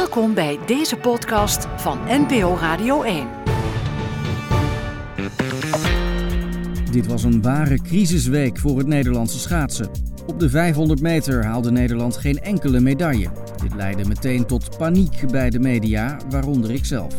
Welkom bij deze podcast van NPO Radio 1. Dit was een ware crisisweek voor het Nederlandse schaatsen. Op de 500 meter haalde Nederland geen enkele medaille. Dit leidde meteen tot paniek bij de media, waaronder ikzelf.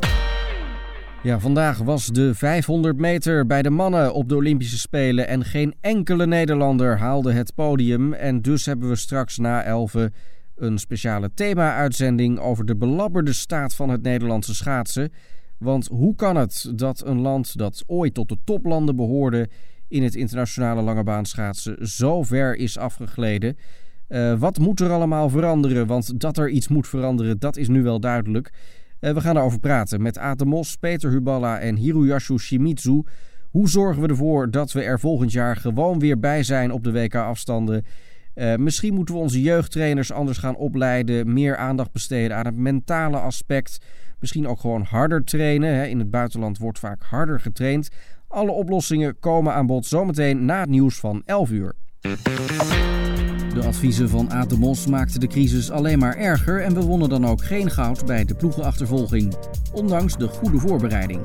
Ja, vandaag was de 500 meter bij de mannen op de Olympische Spelen en geen enkele Nederlander haalde het podium. En dus hebben we straks na 11 een speciale thema-uitzending over de belabberde staat van het Nederlandse schaatsen. Want hoe kan het dat een land dat ooit tot de toplanden behoorde in het internationale langebaanschaatsen zo ver is afgegleden? Wat moet er allemaal veranderen? Want dat er iets moet veranderen, dat is nu wel duidelijk. We gaan erover praten met Aad de Mos, Peter Huballa en Hiroyasu Shimizu. Hoe zorgen we ervoor dat we er volgend jaar gewoon weer bij zijn op de WK-afstanden? Misschien moeten we onze jeugdtrainers anders gaan opleiden, meer aandacht besteden aan het mentale aspect. Misschien ook gewoon harder trainen. In het buitenland wordt vaak harder getraind. Alle oplossingen komen aan bod zometeen na het nieuws van 11 uur. De adviezen van Aad de Mos maakten de crisis alleen maar erger en we wonnen dan ook geen goud bij de ploegenachtervolging. Ondanks de goede voorbereiding.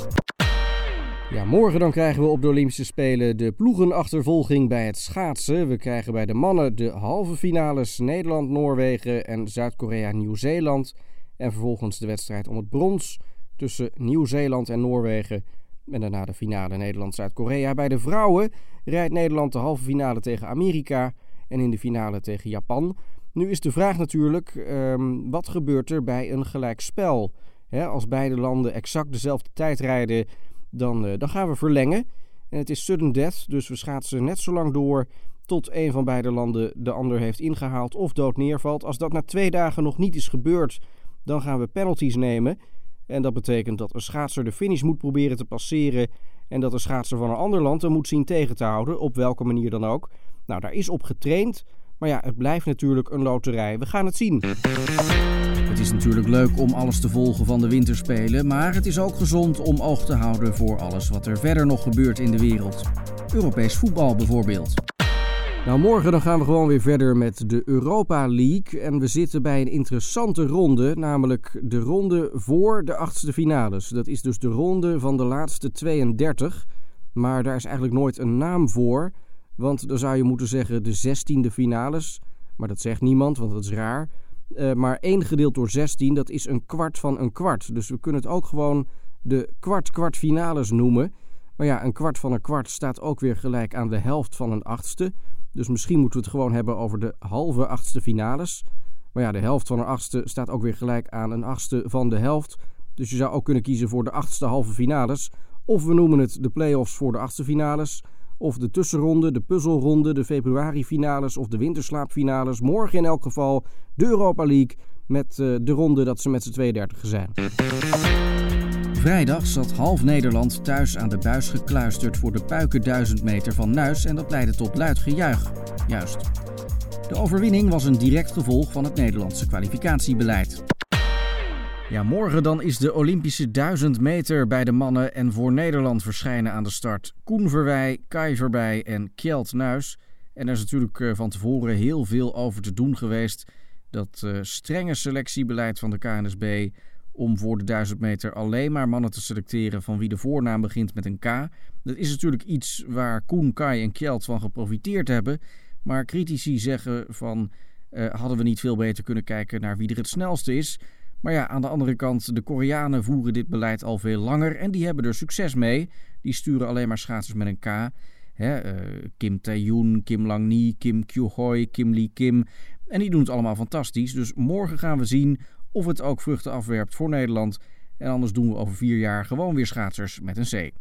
Ja, morgen dan krijgen we op de Olympische Spelen de ploegenachtervolging bij het schaatsen. We krijgen bij de mannen de halve finales Nederland, Noorwegen en Zuid-Korea, Nieuw-Zeeland. En vervolgens de wedstrijd om het brons tussen Nieuw-Zeeland en Noorwegen. En daarna de finale Nederland-Zuid-Korea. Bij de vrouwen rijdt Nederland de halve finale tegen Amerika en in de finale tegen Japan. Nu is de vraag natuurlijk, wat gebeurt er bij een gelijkspel? Als beide landen exact dezelfde tijd rijden, dan gaan we verlengen. En het is sudden death, dus we schaatsen net zo lang door tot een van beide landen de ander heeft ingehaald of dood neervalt. Als dat na 2 dagen nog niet is gebeurd, dan gaan we penalties nemen. En dat betekent dat een schaatser de finish moet proberen te passeren en dat een schaatser van een ander land hem moet zien tegen te houden, op welke manier dan ook. Nou, daar is op getraind, maar ja, het blijft natuurlijk een loterij. We gaan het zien. Het is natuurlijk leuk om alles te volgen van de winterspelen, maar het is ook gezond om oog te houden voor alles wat er verder nog gebeurt in de wereld. Europees voetbal bijvoorbeeld. Nou, morgen dan gaan we gewoon weer verder met de Europa League. En we zitten bij een interessante ronde, namelijk de ronde voor de 8e finales. Dat is dus de ronde van de laatste 32. Maar daar is eigenlijk nooit een naam voor. Want dan zou je moeten zeggen de 16e finales. Maar dat zegt niemand, want dat is raar. Maar 1 gedeeld door 16, dat is een kwart van een kwart. Dus we kunnen het ook gewoon de kwart-finales noemen. Maar ja, een kwart van een kwart staat ook weer gelijk aan de helft van een 8e. Dus misschien moeten we het gewoon hebben over de halve 8e finales. Maar ja, de helft van een 8e staat ook weer gelijk aan een 8e van de helft. Dus je zou ook kunnen kiezen voor de 8e halve finales. Of we noemen het de play-offs voor de 8e finales. Of de tussenronde, de puzzelronde, de februari finales of de winterslaapfinales. Morgen in elk geval de Europa League met de ronde dat ze met z'n 32 zijn. Vrijdag zat half Nederland thuis aan de buis gekluisterd voor de Puiken 1000 meter van Nuis en dat leidde tot luid gejuich. Juist. De overwinning was een direct gevolg van het Nederlandse kwalificatiebeleid. Ja, morgen dan is de Olympische 1000 meter bij de mannen en voor Nederland verschijnen aan de start Koen Verwij, Kai Verbij en Kjeld Nuis. En er is natuurlijk van tevoren heel veel over te doen geweest. Dat strenge selectiebeleid van de KNSB om voor de 1000 meter alleen maar mannen te selecteren van wie de voornaam begint met een K. Dat is natuurlijk iets waar Koen, Kai en Kjeld van geprofiteerd hebben. Maar critici zeggen van hadden we niet veel beter kunnen kijken naar wie er het snelste is. Maar ja, aan de andere kant, de Koreanen voeren dit beleid al veel langer en die hebben er succes mee. Die sturen alleen maar schaatsers met een K. Kim Tae-yoon, Kim Lang-ni, Kim Kyu-hoi, Kim Lee-kim. En die doen het allemaal fantastisch. Dus morgen gaan we zien of het ook vruchten afwerpt voor Nederland. En anders doen we over 4 jaar gewoon weer schaatsers met een C.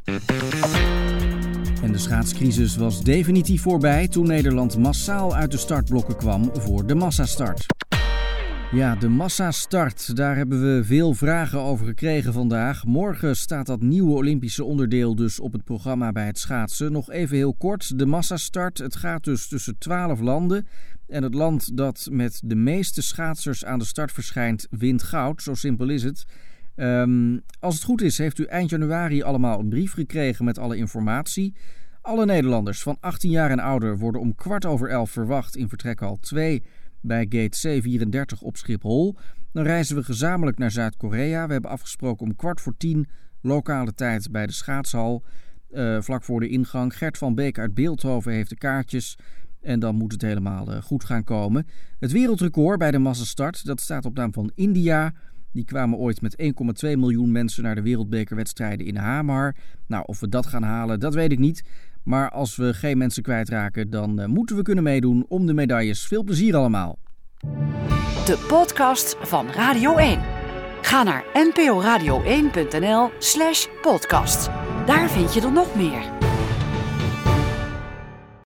En de schaatscrisis was definitief voorbij toen Nederland massaal uit de startblokken kwam voor de massastart. Ja, de massastart, daar hebben we veel vragen over gekregen vandaag. Morgen staat dat nieuwe Olympische onderdeel dus op het programma bij het schaatsen. Nog even heel kort, de massastart. Het gaat dus tussen 12 landen. En het land dat met de meeste schaatsers aan de start verschijnt, wint goud. Zo simpel is het. Als het goed is, heeft u eind januari allemaal een brief gekregen met alle informatie. Alle Nederlanders van 18 jaar en ouder worden om 11:15 verwacht in vertrekhal 2 bij gate C34 op Schiphol. Dan reizen we gezamenlijk naar Zuid-Korea. We hebben afgesproken om 9:15 lokale tijd bij de schaatshal. Vlak voor de ingang. Gert van Beek uit Beeldhoven heeft de kaartjes. En dan moet het helemaal goed gaan komen. Het wereldrecord bij de massastart, dat staat op naam van India. Die kwamen ooit met 1,2 miljoen mensen naar de wereldbekerwedstrijden in Hamar. Nou, of we dat gaan halen, dat weet ik niet. Maar als we geen mensen kwijtraken, dan moeten we kunnen meedoen om de medailles. Veel plezier allemaal. De podcast van Radio 1. Ga naar nporadio1.nl/podcast. Daar vind je er nog meer.